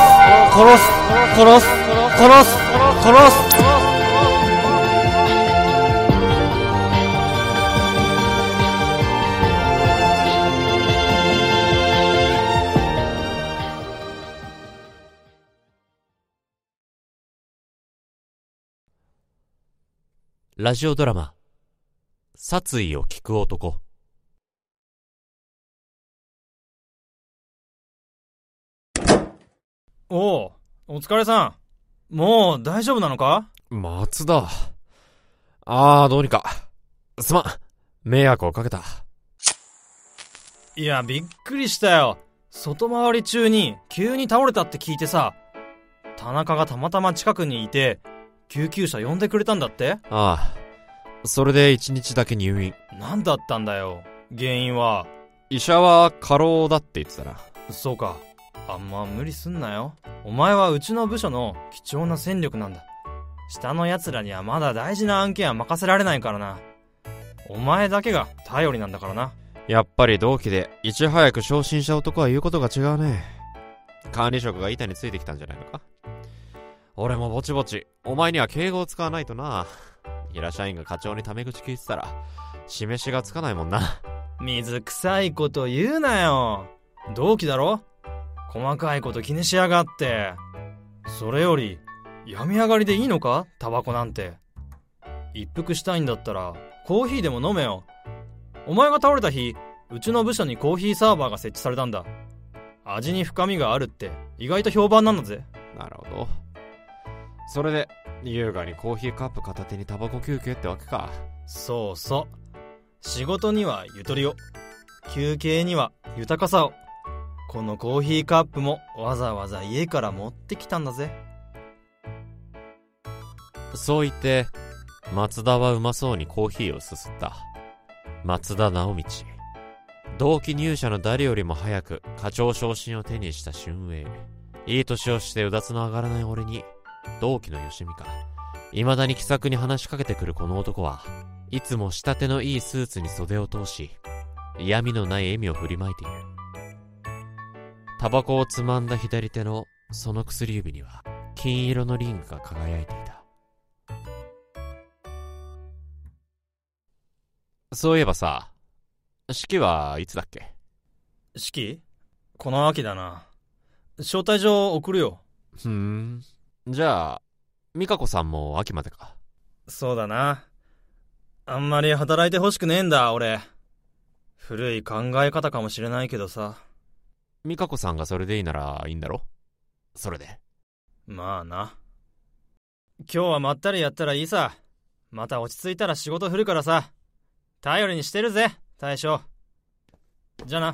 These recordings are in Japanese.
ラジオドラマ、殺意を聞く男。 おう、お疲れさん。もう大丈夫なのか？ 松田。どうにか。すまん。迷惑をかけた。 いや、びっくりしたよ。外回り中に急に倒れたって聞いてさ、田中がたまたま近くにいて、救急車呼んでくれたんだって？ それで1日だけ入院。 なんだったんだよ、原因は。 医者は過労だって言ってたな。 そうか。あんま無理すんなよ。お前はうちの部署の貴重な戦力なんだ。下の奴らにはまだ大事な案件は任せられないからな。お前だけが頼りなんだからな。 やっぱり同期でいち早く昇進した男は言うことが違うね。管理職が板についてきたんじゃないのか。俺もぼちぼちお前には敬語を使わないとな。平社員が課長にタメ口聞いてたら示しがつかないもんな。 水臭いこと言うなよ。同期だろ。細かいこと気にしやがって。それより病み上がりでいいのか、タバコなんて。一服したいんだったらコーヒーでも飲めよ。お前が倒れた日、うちの部署にコーヒーサーバーが設置されたんだ。味に深みがあるって意外と評判なんだぜ。 なるほど。それで優雅にコーヒーカップ片手にタバコ休憩ってわけか。 そうそう。仕事にはゆとりを、休憩には豊かさを。このコーヒーカップもわざわざ家から持ってきたんだぜ。 そう言って松田はうまそうにコーヒーをすすった。松田直道。同期入社の誰よりも早く課長昇進を手にした俊英。いい年をしてうだつの上がらない俺に同期の吉美か。未だに気さくに話しかけてくるこの男はいつも仕立てのいいスーツに袖を通し嫌味のない笑みを振りまいている。 タバコをつまんだ左手のその薬指には金色のリングが輝いていた。そういえばさ、式はいつだっけ？ 式？この秋だな。招待状送るよ。 じゃあ美香子さんも秋までか。 そうだな。あんまり働いてほしくねえんだ俺。古い考え方かもしれないけどさ。 美香子さんがそれでいいならいいんだろ？それで。 まあな。今日はまったりやったらいいさ。また落ち着いたら仕事振るからさ。頼りにしてるぜ大将。じゃあな。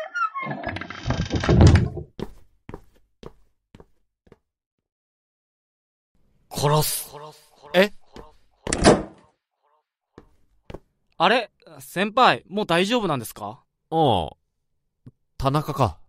殺す。 え？ あれ先輩、もう大丈夫なんですか？ ああ、田中か。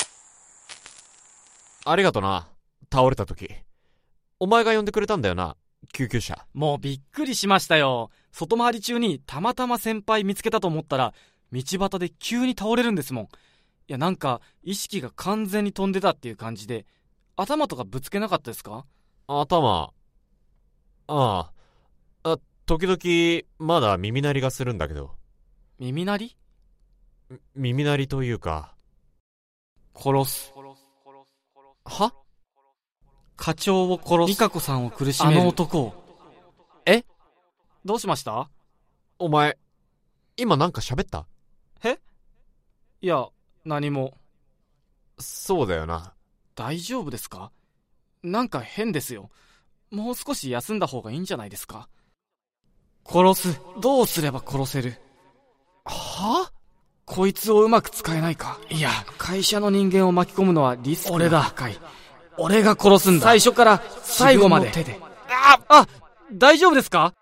ありがとな、倒れた時。お前が呼んでくれたんだよな、救急車。 もうびっくりしましたよ。外回り中にたまたま先輩見つけたと思ったら、道端で急に倒れるんですもん。いや、なんか意識が完全に飛んでたっていう感じで、頭とかぶつけなかったですか？ 頭、時々まだ耳鳴りがするんだけど。 耳鳴り？ 耳鳴りというか。 殺す。 は？ 課長を殺す。美香子さんを苦しめるあの男を。 え？ どうしました？ お前、今なんか喋った？ え？いや、何も。 そうだよな。 大丈夫ですか？なんか変ですよ。もう少し休んだ方がいいんじゃないですか？殺す。どうすれば殺せる？ は？ こいつをうまく使えないか？いや、会社の人間を巻き込むのはリスクが高い。俺が殺すんだ。最初から最後まで。手で。大丈夫ですか？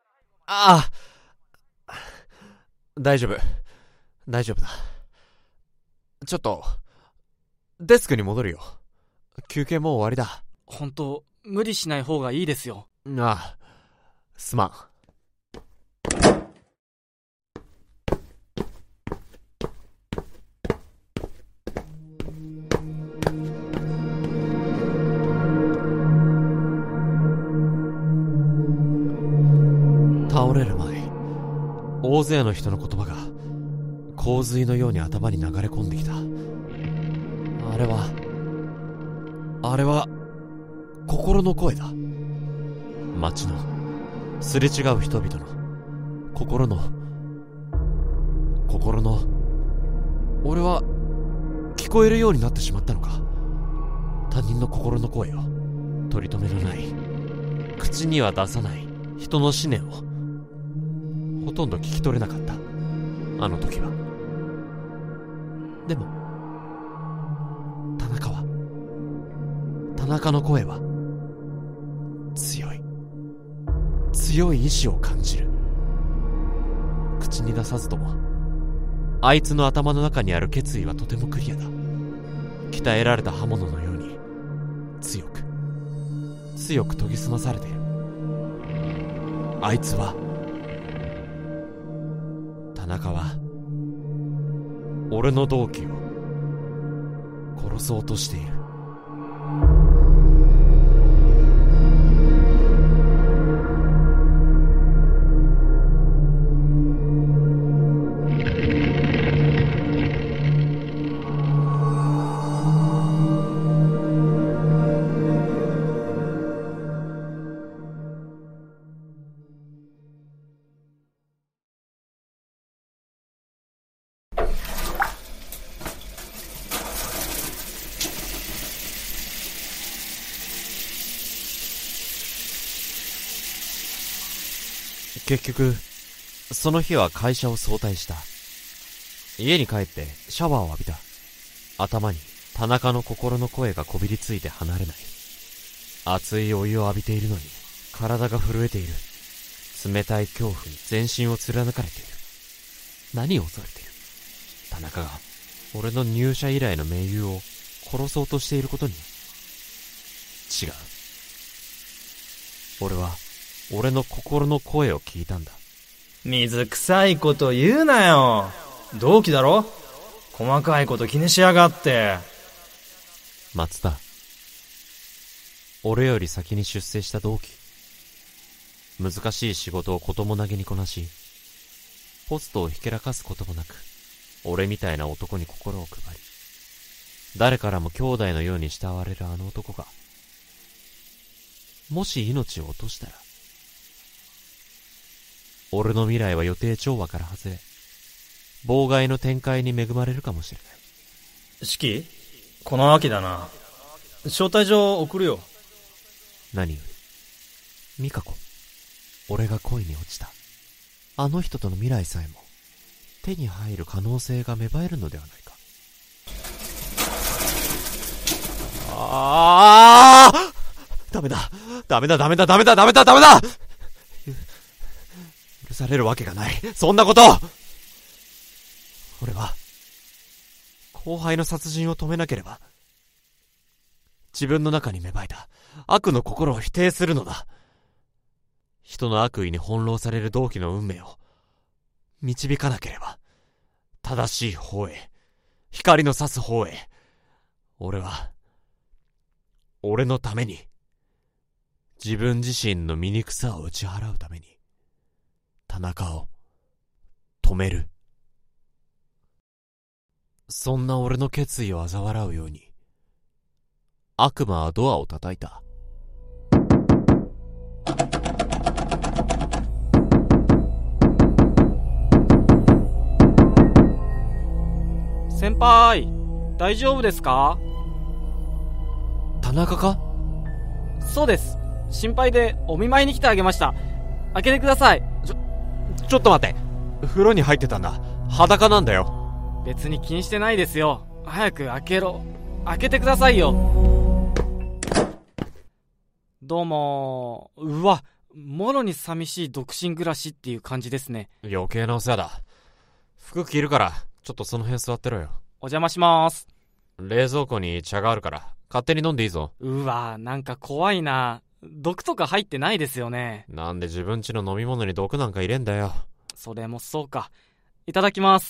大丈夫。大丈夫だ。ちょっと、デスクに戻るよ。休憩もう終わりだ。 本当、無理しない方がいいですよ。 すまん。倒れる前、大勢の人の言葉が洪水のように頭に流れ込んできた。あれは心の声だ。街のすれ違う人々の心の俺は聞こえるようになってしまったのか。他人の心の声を取り留めのない口には出さない人の思念をほとんど聞き取れなかった、あの時は。でも田中の声は強い意志を感じる。口に出さずともあいつの頭の中にある決意はとてもクリアだ。鍛えられた刃物のように強く研ぎ澄まされている。あいつは田中は俺の同期を殺そうとしている。結局その日は会社を早退した。家に帰ってシャワーを浴びた。頭に田中の心の声がこびりついて離れない。熱いお湯を浴びているのに体が震えている。冷たい恐怖に全身を貫かれている。何を恐れている？田中が俺の入社以来の盟友を殺そうとしていることに。違う。俺は俺の心の声を聞いたんだ。 水臭いこと言うなよ。同期だろ？細かいこと気にしやがって。 松田。俺より先に出世した同期。難しい仕事をことも投げにこなし、ポストをひけらかすこともなく、俺みたいな男に心を配り、誰からも兄弟のように慕われるあの男が、もし命を落としたら、俺の未来は予定調和から外れ、妨害の展開に恵まれるかもしれない。 四季、この秋だな。招待状送るよ。 何より、美香子、俺が恋に落ちた。あの人との未来さえも、手に入る可能性が芽生えるのではないか。ダメだ許されるわけがない。そんなこと。俺は、後輩の殺人を止めなければ、自分の中に芽生えた悪の心を否定するのだ。人の悪意に翻弄される同期の運命を導かなければ、正しい方へ、光の差す方へ、俺は、俺のために、自分自身の醜さを打ち払うために、田中を止める。そんな俺の決意を嘲笑うように、悪魔はドアを叩いた。 先輩、大丈夫ですか？ 田中か？ そうです。心配でお見舞いに来てあげました。開けてください。 ちょっと待って。風呂に入ってたんだ。裸なんだよ。 別に気にしてないですよ。早く開けろ。開けてくださいよ。どうも。うわ、もろに寂しい独身暮らしっていう感じですね。 余計なお世話だ。服着るから、ちょっとその辺座ってろよ。 お邪魔します。 冷蔵庫に茶があるから、勝手に飲んでいいぞ。 うわ、なんか怖いな。毒とか入ってないですよね。 なんで自分家の飲み物に毒なんか入れんだよ。 それもそうか。いただきます。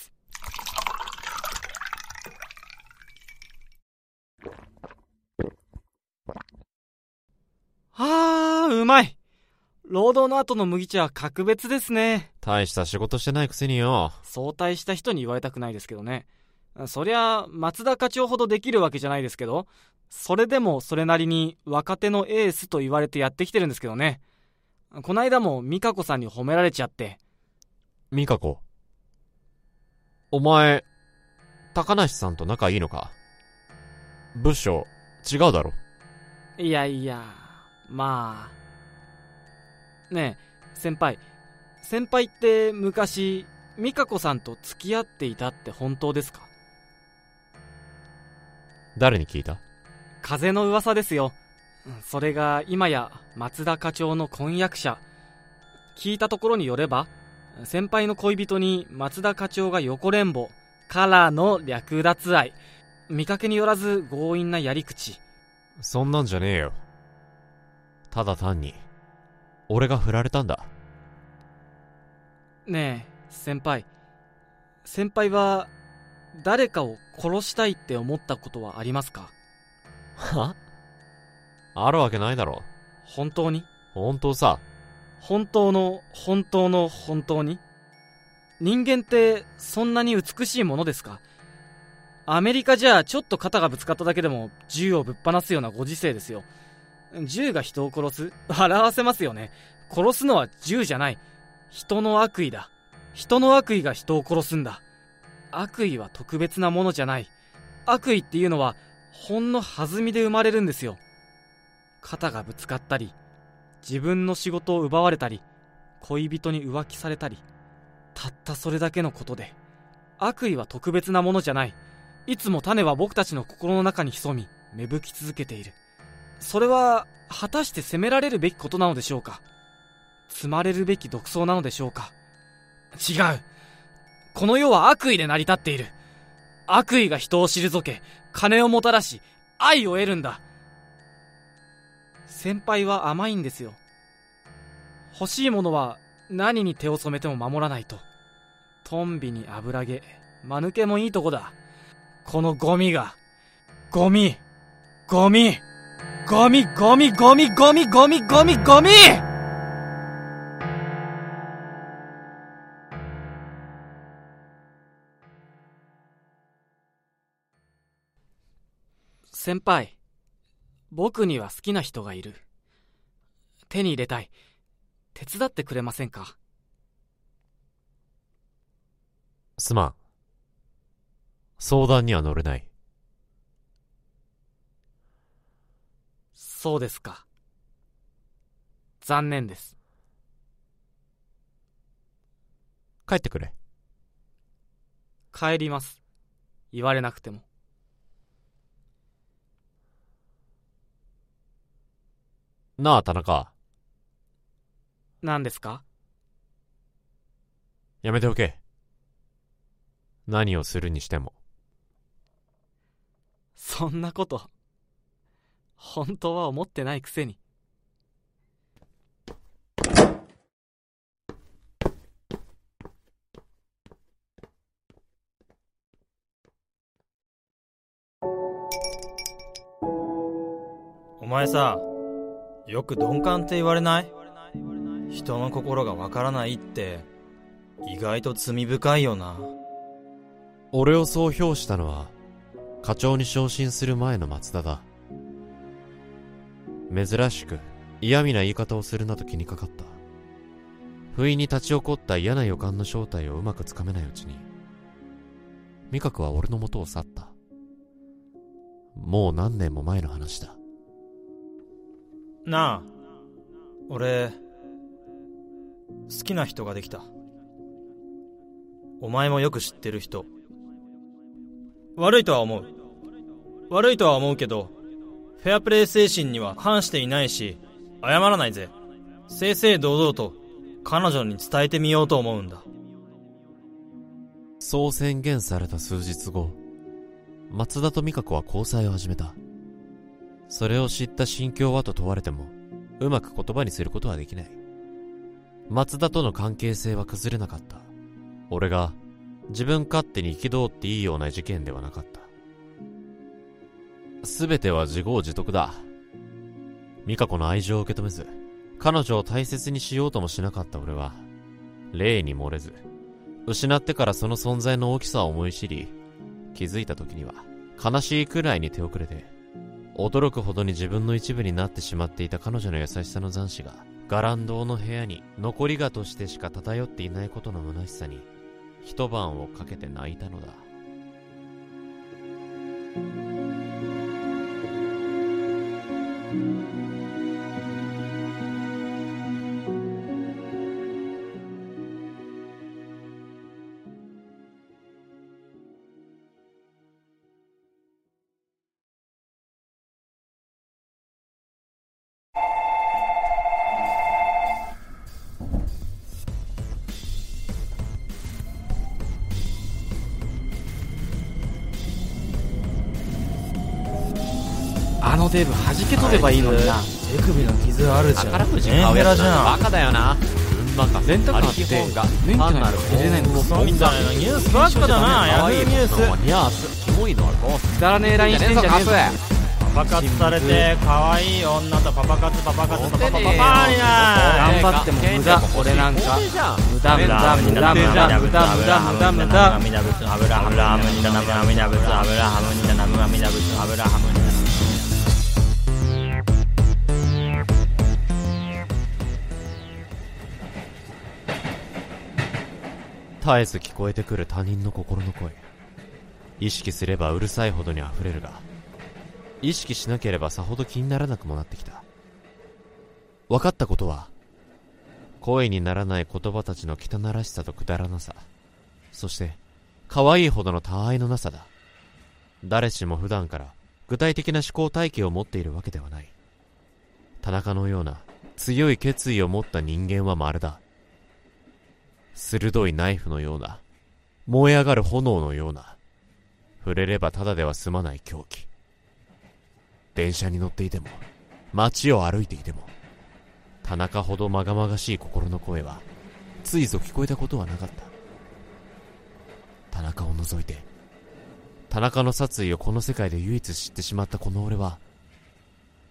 うまい。労働の後の麦茶は格別ですね。 大した仕事してないくせによ。 早退した人に言われたくないですけどね。そりゃ松田課長ほどできるわけじゃないですけど、それでもそれなりに若手のエースと言われてやってきてるんですけどね。こないだも美香子さんに褒められちゃって。 美香子、お前高梨さんと仲いいのか？部署違うだろ。 いやいや、まあねえ、先輩って昔美香子さんと付き合っていたって本当ですか？ 誰に聞いた？ 風の噂ですよ。それが今や松田課長の婚約者。聞いたところによれば、先輩の恋人に松田課長が横恋慕からの略奪愛、見かけによらず強引なやり口。 そんなんじゃねえよ。ただ単に俺が振られたんだ。 ねえ先輩は誰かを殺したいって思ったことはありますか？ は？あるわけないだろ。 本当に？ 本当さ。 本当の本当に？人間ってそんなに美しいものですか？アメリカじゃちょっと肩がぶつかっただけでも銃をぶっ放すようなご時世ですよ。銃が人を殺す？笑わせますよね。殺すのは銃じゃない。人の悪意だ。人の悪意が人を殺すんだ。悪意は特別なものじゃない。悪意っていうのはほんの弾みで生まれるんですよ。肩がぶつかったり、自分の仕事を奪われたり、恋人に浮気されたり、たったそれだけのことで。悪意は特別なものじゃない。いつも種は僕たちの心の中に潜み、芽吹き続けている。それは果たして責められるべきことなのでしょうか？積まれるべき独創なのでしょうか？違う。この世は悪意で成り立っている。悪意が人を退け、金をもたらし、愛を得るんだ。先輩は甘いんですよ。欲しいものは何に手を染めても守らないと。トンビに油毛、間抜けもいいとこだ。このゴミが。ゴミ。 ゴミゴミゴミゴミゴミゴミゴミゴミ。先輩、僕には好きな人がいる。手に入れたい。手伝ってくれませんか？ すまん。相談には乗れない。 そうですか。残念です。 帰ってくれ。 帰ります。言われなくても。 なあ、田中。 何ですか？ やめておけ。何をするにしても。 そんなこと本当は思ってないくせに。 お前さ、よく鈍感って言われない？人の心がわからないって意外と罪深いよな。 俺をそう評したのは課長に昇進する前の松田だ。珍しく嫌味な言い方をするなと気にかかった。不意に立ち起こった嫌な予感の正体をうまくつかめないうちに美香子は俺の元を去った。もう何年も前の話だ。 なあ、俺好きな人ができた。お前もよく知ってる人。悪いとは思うけど、フェアプレー精神には反していないし、謝らないぜ。正々堂々と彼女に伝えてみようと思うんだ。 そう宣言された数日後、松田と美香子は交際を始めた。それを知った心境はと問われても、うまく言葉にすることはできない。松田との関係性は崩れなかった。俺が自分勝手に憤っていいような事件ではなかった。すべては自業自得だ。美香子の愛情を受け止めず、彼女を大切にしようともしなかった俺は、例に漏れず、失ってからその存在の大きさを思い知り、気づいた時には悲しいくらいに手遅れで、驚くほどに自分の一部になってしまっていた彼女の優しさの残滓が、伽藍堂の部屋に残り香としてしか漂っていないことの虚しさに、一晩をかけて泣いたのだ。 あのデブ弾け取ればいいのにな。 手首の傷あるじゃん。 宝くじ買うやつなんてバカだよな。 レンタカーって免許ないと入れないの？ そうみたいなニュースばっかだな。ヤフーニュース。 キモいのはボス。 くだらねえ LINE してんじゃねえぞ。 パパ活されて可愛い女とパパ活パパ活パパパパパーにな。 頑張っても無駄。俺なんか無駄無駄無駄無駄無駄無駄無駄無駄。 涙ぶつ油ハムラムニダナム涙ぶつ油ハムニダナム涙ぶつ油ハムニダナム。 絶えず聞こえてくる他人の心の声。意識すればうるさいほどに溢れるが、意識しなければさほど気にならなくもなってきた。分かったことは、声にならない言葉たちの汚らしさとくだらなさ、そして可愛いほどの他愛のなさだ。誰しも普段から具体的な思考体系を持っているわけではない。田中のような強い決意を持った人間はまるだ。鋭いナイフのような、燃え上がる炎のような、触れればただでは済まない凶器。電車に乗っていても、街を歩いていても、田中ほどまがまがしい心の声は、ついぞ聞こえたことはなかった。田中を除いて、田中の殺意をこの世界で唯一知ってしまったこの俺は、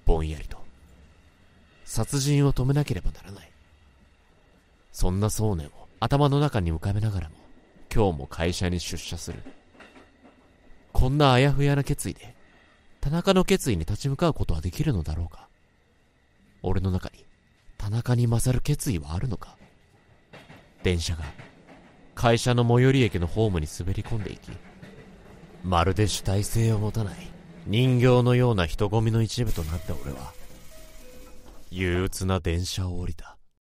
ぼんやりと。殺人を止めなければならない。そんな想念を頭の中に浮かべながらも、今日も会社に出社する。こんなあやふやな決意で、田中の決意に立ち向かうことはできるのだろうか。俺の中に、田中に勝る決意はあるのか。電車が、会社の最寄り駅のホームに滑り込んでいき、まるで主体性を持たない人形のような人混みの一部となった俺は、憂鬱な電車を降りた。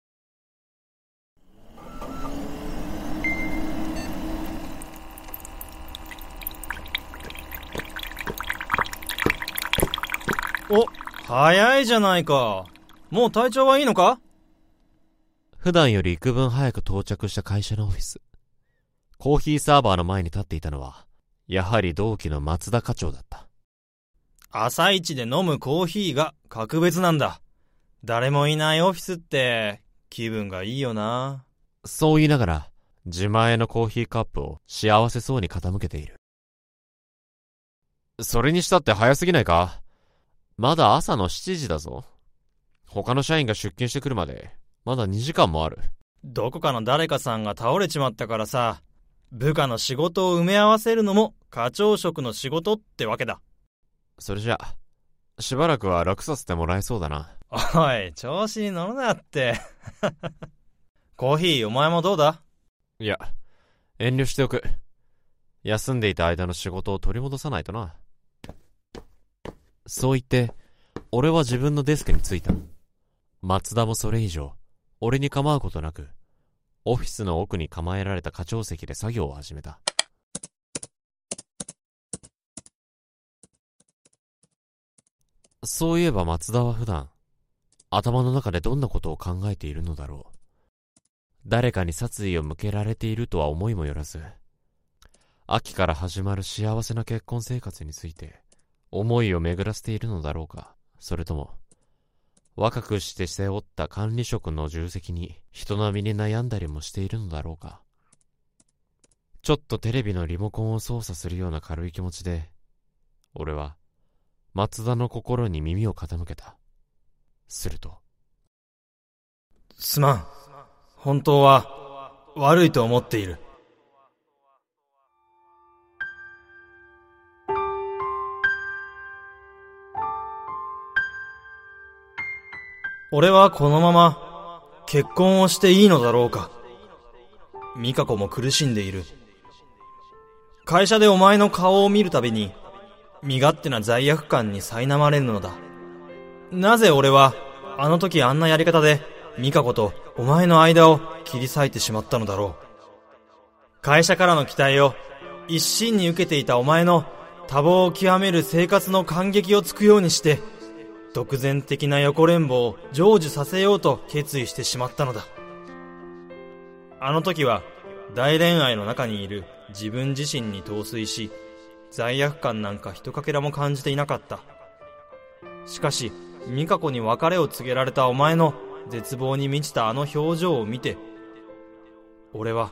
お、早いじゃないか。もう体調はいいのか？ 普段より幾分早く到着した会社のオフィス。コーヒーサーバーの前に立っていたのは、やはり同期の松田課長だった。 朝一で飲むコーヒーが格別なんだ。誰もいないオフィスって気分がいいよな。 そう言いながら、自前のコーヒーカップを幸せそうに傾けている。それにしたって早すぎないか？まだ朝の7時だぞ。他の社員が出勤してくるまで、まだ2時間もある。 どこかの誰かさんが倒れちまったからさ、部下の仕事を埋め合わせるのも課長職の仕事ってわけだ。 それじゃ、しばらくは楽させてもらえそうだな。 おい、調子に乗るなってコーヒーお前もどうだ？ いや、遠慮しておく。休んでいた間の仕事を取り戻さないとな。そう言って、俺は自分のデスクに着いた。松田もそれ以上、俺に構うことなく、オフィスの奥に構えられた課長席で作業を始めた。そういえば松田は普段、頭の中でどんなことを考えているのだろう。誰かに殺意を向けられているとは思いもよらず、秋から始まる幸せな結婚生活について、思いを巡らせているのだろうか。それとも、若くして背負った管理職の重責に人並みに悩んだりもしているのだろうか。ちょっとテレビのリモコンを操作するような軽い気持ちで、俺は松田の心に耳を傾けた。すると、 すまん。本当は悪いと思っている。俺はこのまま結婚をしていいのだろうか。美香子も苦しんでいる。会社でお前の顔を見るたびに身勝手な罪悪感に苛まれるのだ。なぜ俺はあの時あんなやり方で美香子とお前の間を切り裂いてしまったのだろう。会社からの期待を一身に受けていたお前の多忙を極める生活の感激をつくようにして独善的な横連棒を成就させようと決意してしまったのだ。あの時は大恋愛の中にいる自分自身に陶酔し、罪悪感なんか一かけらも感じていなかった。しかし美香子に別れを告げられたお前の絶望に満ちたあの表情を見て、俺は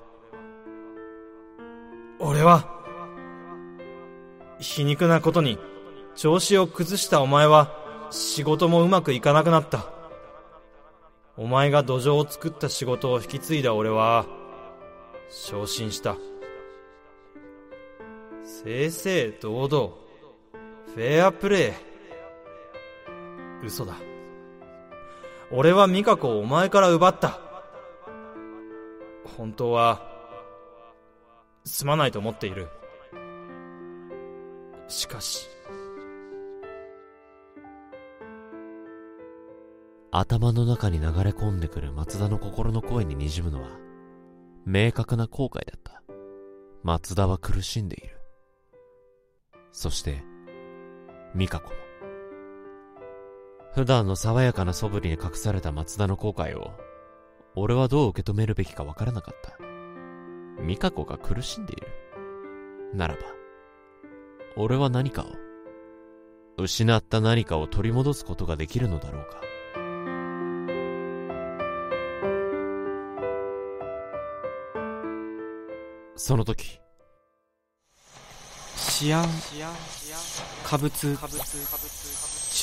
皮肉なことに調子を崩したお前は仕事もうまくいかなくなった。お前が土壌を作った仕事を引き継いだ俺は昇進した。正々堂々、フェアプレー。嘘だ。俺は美香子をお前から奪った。本当はすまないと思っている。しかし頭の中に流れ込んでくる松田の心の声に滲むのは明確な後悔だった。松田は苦しんでいる。そして美香子も。普段の爽やかな素振りに隠された松田の後悔を俺はどう受け止めるべきかわからなかった。美香子が苦しんでいるならば、俺は何かを、失った何かを取り戻すことができるのだろうか。その時、 シアン、化物、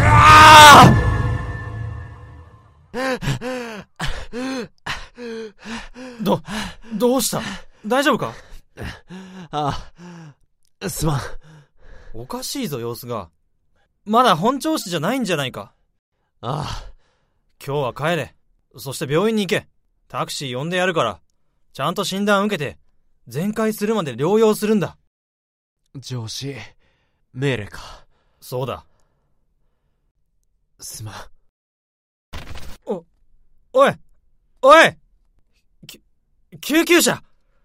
どうした？大丈夫か？ ああ、すまん。 おかしいぞ様子が。まだ本調子じゃないんじゃないか。 ああ。 今日は帰れ。そして病院に行け。タクシー呼んでやるから。ちゃんと診断受けて、全快するまで療養するんだ。 上司、命令か。 そうだ。 すまん。 おい救急車！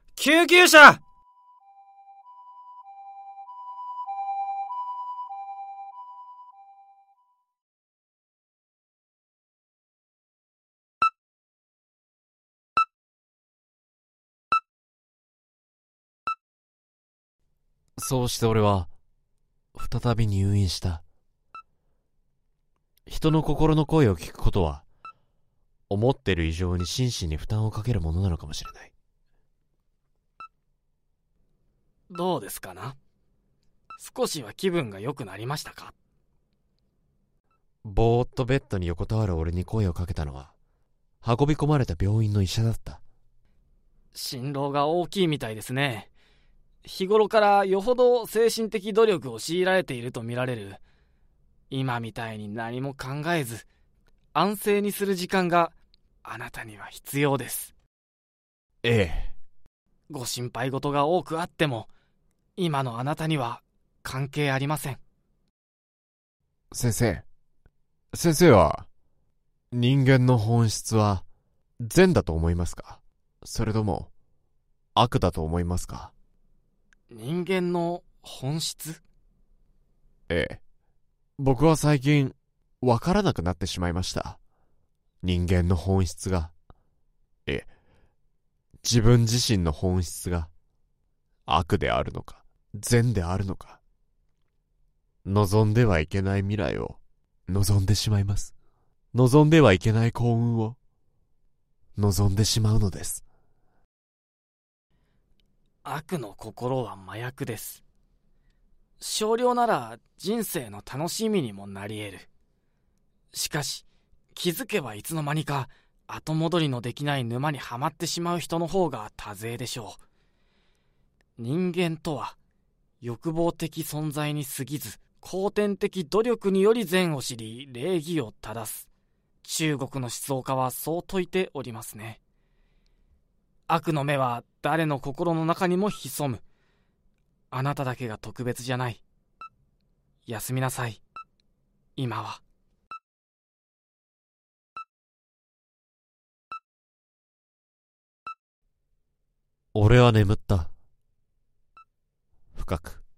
そうして俺は、再び入院した。人の心の声を聞くことは、思ってる以上に心身に負担をかけるものなのかもしれない。 どうですかな？少しは気分が良くなりましたか？ ぼーっとベッドに横たわる俺に声をかけたのは、運び込まれた病院の医者だった。 心労が大きいみたいですね。日頃からよほど精神的努力を強いられていると見られる。今みたいに何も考えず安静にする時間があなたには必要です。 ええ。 ご心配事が多くあっても今のあなたには関係ありません。 先生は人間の本質は善だと思いますか？それとも悪だと思いますか？ 人間の本質？ ええ。僕は最近わからなくなってしまいました。人間の本質が、自分自身の本質が悪であるのか善であるのか、望んではいけない未来を望んでしまいます。望んではいけない幸運を望んでしまうのです。 悪の心は麻薬です。少量なら人生の楽しみにもなり得る。しかし気づけばいつの間にか後戻りのできない沼にはまってしまう人の方が多勢でしょう。人間とは欲望的存在に過ぎず後天的努力により善を知り礼儀を正す。中国の思想家はそう説いておりますね。悪の目は誰の心の中にも潜む。あなただけが特別じゃない。休みなさい。今は。 俺は眠った。深く。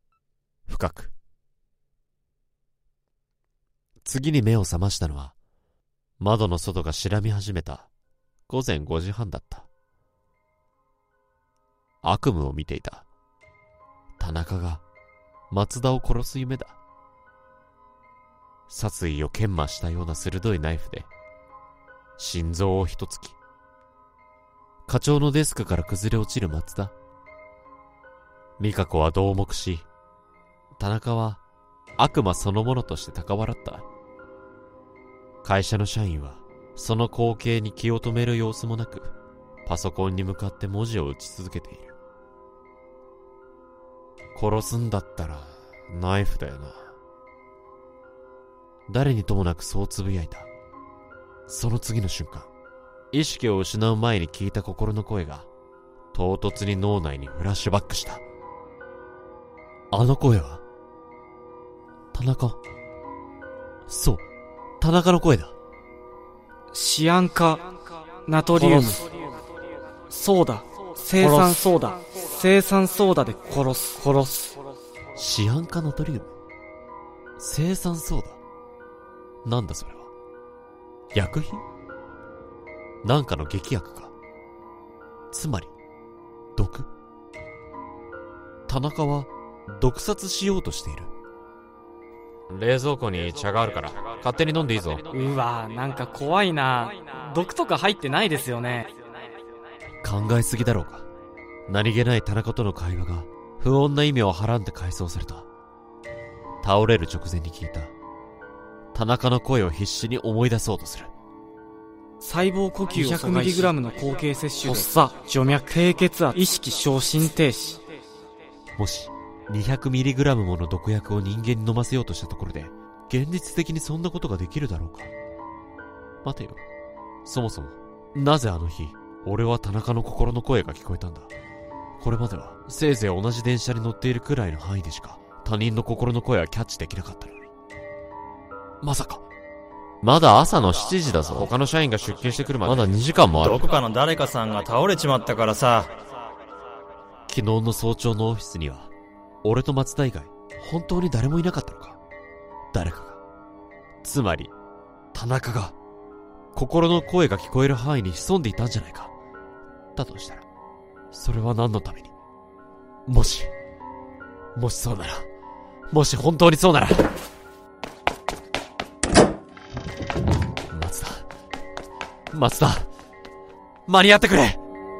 次に目を覚ましたのは、窓の外が白み始めた午前5時半だった。悪夢を見ていた。田中が松田を殺す夢だ。殺意を研磨したような鋭いナイフで心臓を一突き、課長のデスクから崩れ落ちる松田。美香子は恫黙し、田中は悪魔そのものとして高笑った。会社の社員はその光景に気を止める様子もなく、パソコンに向かって文字を打ち続けている。殺すんだったらナイフだよな。誰にともなくそうつぶやいた。その次の瞬間、意識を失う前に聞いた心の声が唐突に脳内にフラッシュバックした。あの声は田中。そう、田中の声だ。 シアン化ナトリウム、ソーダ、生酸ソーダ、生酸ソーダで殺す。 シアン化ナトリウム、生酸ソーダ。なんだそれは。薬品？なんかの劇薬か。つまり毒。田中は毒殺しようとしている。冷蔵庫に茶があるから勝手に飲んでいいぞ。 うわ、なんか怖いな。毒とか入ってないですよね。 考えすぎだろうか。何気ない田中との会話が不穏な意味をはらんで回想された。倒れる直前に聞いた田中の声を必死に思い出そうとする。 細胞呼吸を阻害し 200mg の口径摂取で発作、除脈、低血圧、意識昇進停止。 もし 200mg もの毒薬を人間に飲ませようとしたところで現実的にそんなことができるだろうか。待てよ、そもそもなぜあの日俺は田中の心の声が聞こえたんだ。これまではせいぜい同じ電車に乗っているくらいの範囲でしか他人の心の声はキャッチできなかったのに、まさか。まだ朝の7時だぞ。他の社員が出勤してくるまでまだ2時間もある。 どこかの誰かさんが倒れちまったからさ。 昨日の早朝のオフィスには俺と松田以外本当に誰もいなかったのか。誰かが、つまり田中が心の声が聞こえる範囲に潜んでいたんじゃないか。だとしたらそれは何のために。もしそうなら、もし本当にそうなら、松田、間に合ってくれ。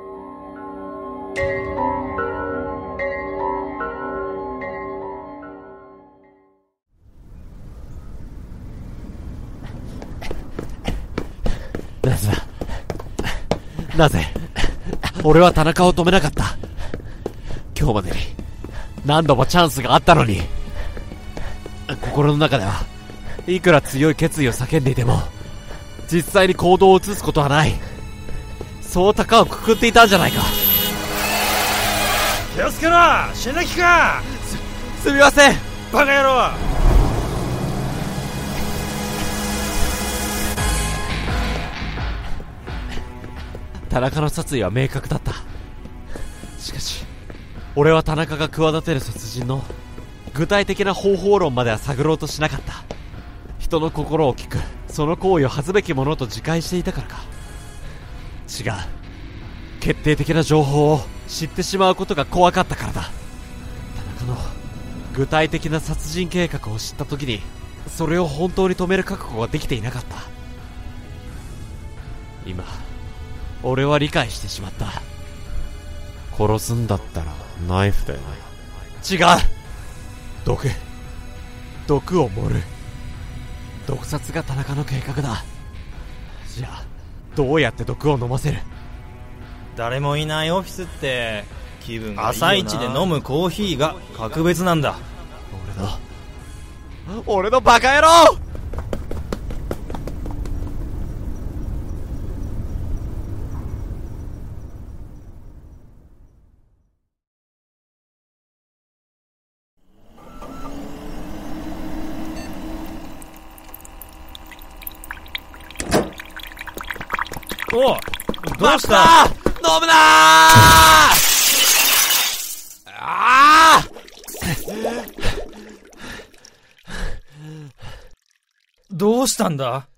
なぜ俺は田中を止めなかった。今日までに何度もチャンスがあったのに。心の中ではいくら強い決意を叫んでいても実際に行動を移すことはない。そう高をくくっていたんじゃないか。 気をつけろ、死ぬ気か。 すみません、 バカ野郎。 田中の殺意は明確だった。しかし俺は田中が企てる殺人の具体的な方法論までは探ろうとしなかった。人の心を聞く、その行為を恥ずべきものと自戒していたからか。違う、決定的な情報を知ってしまうことが怖かったからだ。田中の具体的な殺人計画を知った時にそれを本当に止める覚悟ができていなかった。今俺は理解してしまった。殺すんだったらナイフで。違う、毒を盛る。毒殺が田中の計画だ。じゃあどうやって毒を飲ませる。 誰もいないオフィスって気分がいいよな。朝一で飲むコーヒーが格別なんだ。 俺のバカ野郎。 おう、どうした？ 飲むなー。あー。 どうしたんだ？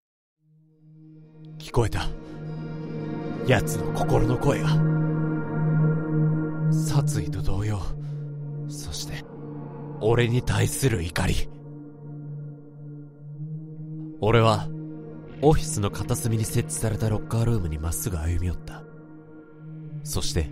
聞こえた。奴の心の声が。殺意と動揺、そして俺に対する怒り。俺はオフィスの片隅に設置されたロッカールームにまっすぐ歩み寄った。そして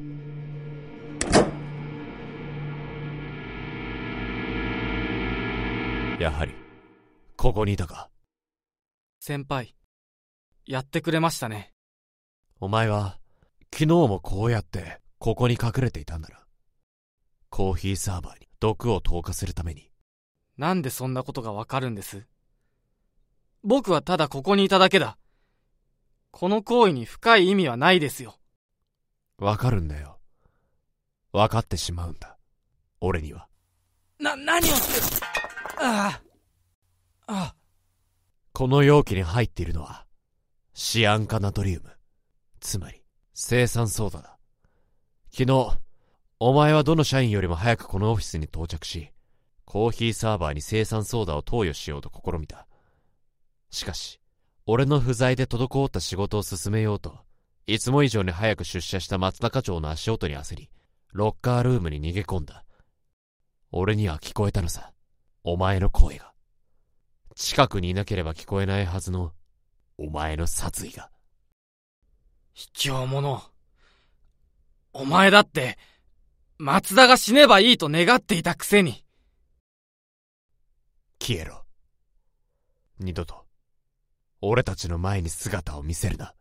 やはりここにいたか。 先輩、やってくれましたね。 お前は昨日もこうやってここに隠れていたんだな。コーヒーサーバーに毒を投下するために。 なんでそんなことがわかるんです？僕はただここにいただけだ。この行為に深い意味はないですよ。 わかるんだよ。 分かってしまうんだ。俺には。 何をしてる。ああ。 この容器に入っているのは、シアン化ナトリウム。つまり、青酸ソーダだ。昨日、お前はどの社員よりも早くこのオフィスに到着し、コーヒーサーバーに青酸ソーダを投与しようと試みた。しかし、俺の不在で滞った仕事を進めようと、いつも以上に早く出社した松田課長の足音に焦り、ロッカールームに逃げ込んだ。俺には聞こえたのさ、お前の声が。近くにいなければ聞こえないはずの、お前の殺意が。 卑怯者。お前だって、松田が死ねばいいと願っていたくせに。 消えろ。二度と、俺たちの前に姿を見せるな。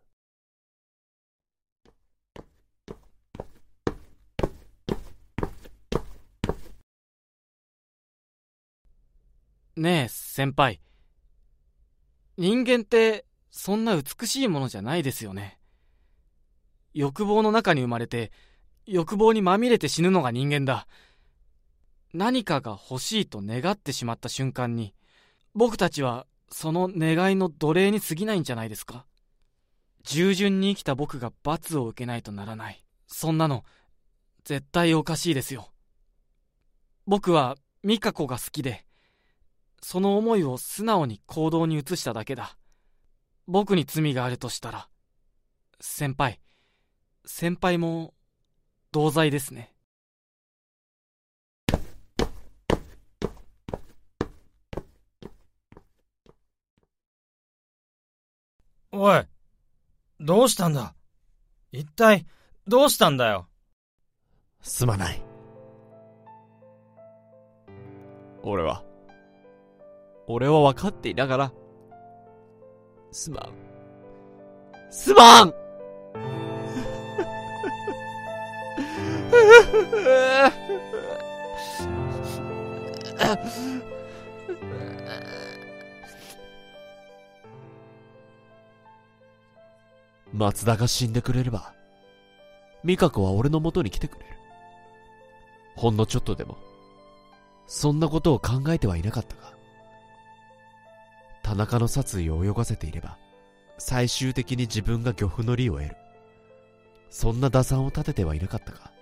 ねえ、先輩。人間って、そんな美しいものじゃないですよね。欲望の中に生まれて、欲望にまみれて死ぬのが人間だ。何かが欲しいと願ってしまった瞬間に、僕たちはその願いの奴隷に過ぎないんじゃないですか。従順に生きた僕が罰を受けないとならない。そんなの、絶対おかしいですよ。僕は美香子が好きで、その思いを素直に行動に移しただけだ。僕に罪があるとしたら、先輩も同罪ですね。 おい、どうしたんだ。一体どうしたんだよ。 すまない。俺は分かっていながら、すまん松田が死んでくれれば、美香子は俺の元に来てくれる。ほんのちょっとでも、そんなことを考えてはいなかったか。田中の殺意を泳がせていれば、最終的に自分が漁夫の利を得る。そんな打算を立ててはいなかったか。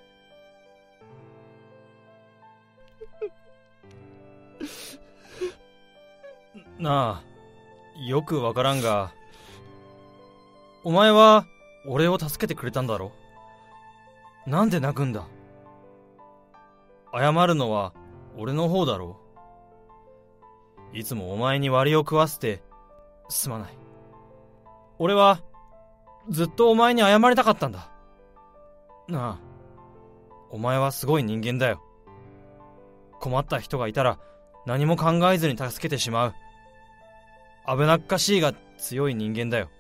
なあ、よくわからんが、お前は俺を助けてくれたんだろ。なんで泣くんだ。謝るのは俺の方だろう。いつもお前に割を食わせてすまない。俺はずっとお前に謝りたかったんだ。なあ、お前はすごい人間だよ。困った人がいたら何も考えずに助けてしまう。危なっかしいが強い人間だよ。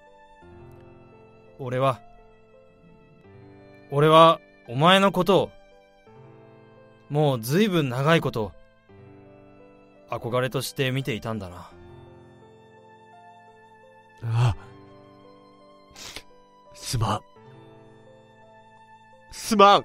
俺はお前のことをもうずいぶん長いこと憧れとして見ていたんだな。 ああ、すまん。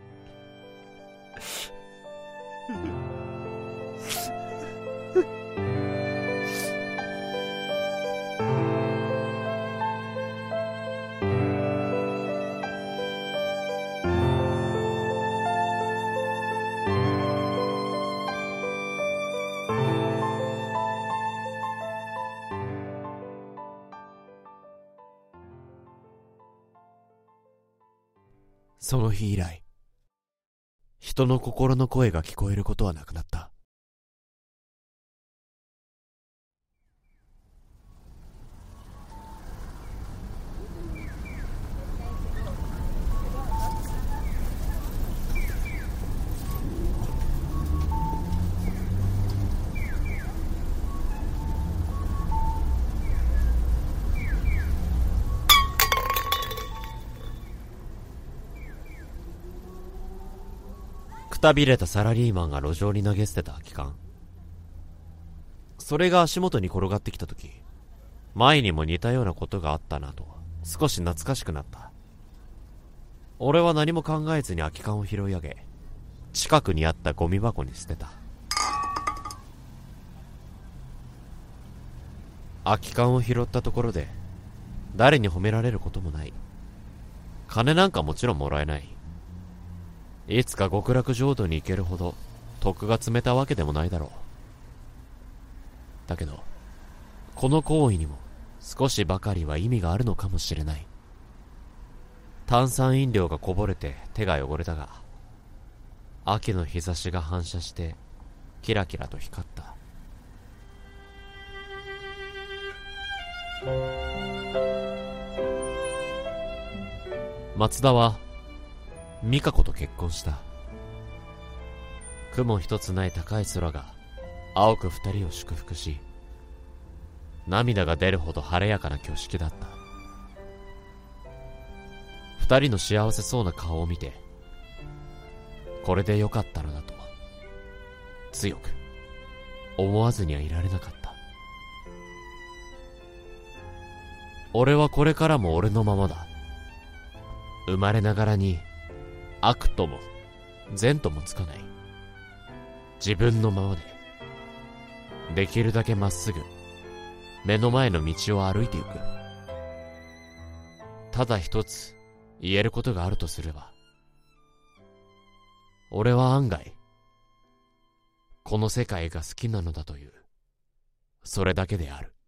その日以来、人の心の声が聞こえることはなくなった。くたびれたサラリーマンが路上に投げ捨てた空き缶。それが足元に転がってきたとき、前にも似たようなことがあったなと少し懐かしくなった。 俺は何も考えずに空き缶を拾い上げ、近くにあったゴミ箱に捨てた。空き缶を拾ったところで誰に褒められることもない。金なんかもちろんもらえない。いつか極楽浄土に行けるほど徳が積めたわけでもないだろう。だけどこの行為にも少しばかりは意味があるのかもしれない。炭酸飲料がこぼれて手が汚れたが、秋の日差しが反射してキラキラと光った。松田は美香子と結婚した。雲一つない高い空が青く二人を祝福し、涙が出るほど晴れやかな挙式だった。二人の幸せそうな顔を見て、これでよかったのだと強く思わずにはいられなかった。俺はこれからも俺のままだ。生まれながらに悪とも善ともつかない自分のままで、できるだけまっすぐ目の前の道を歩いていく。ただ一つ言えることがあるとすれば、俺は案外この世界が好きなのだという、それだけである。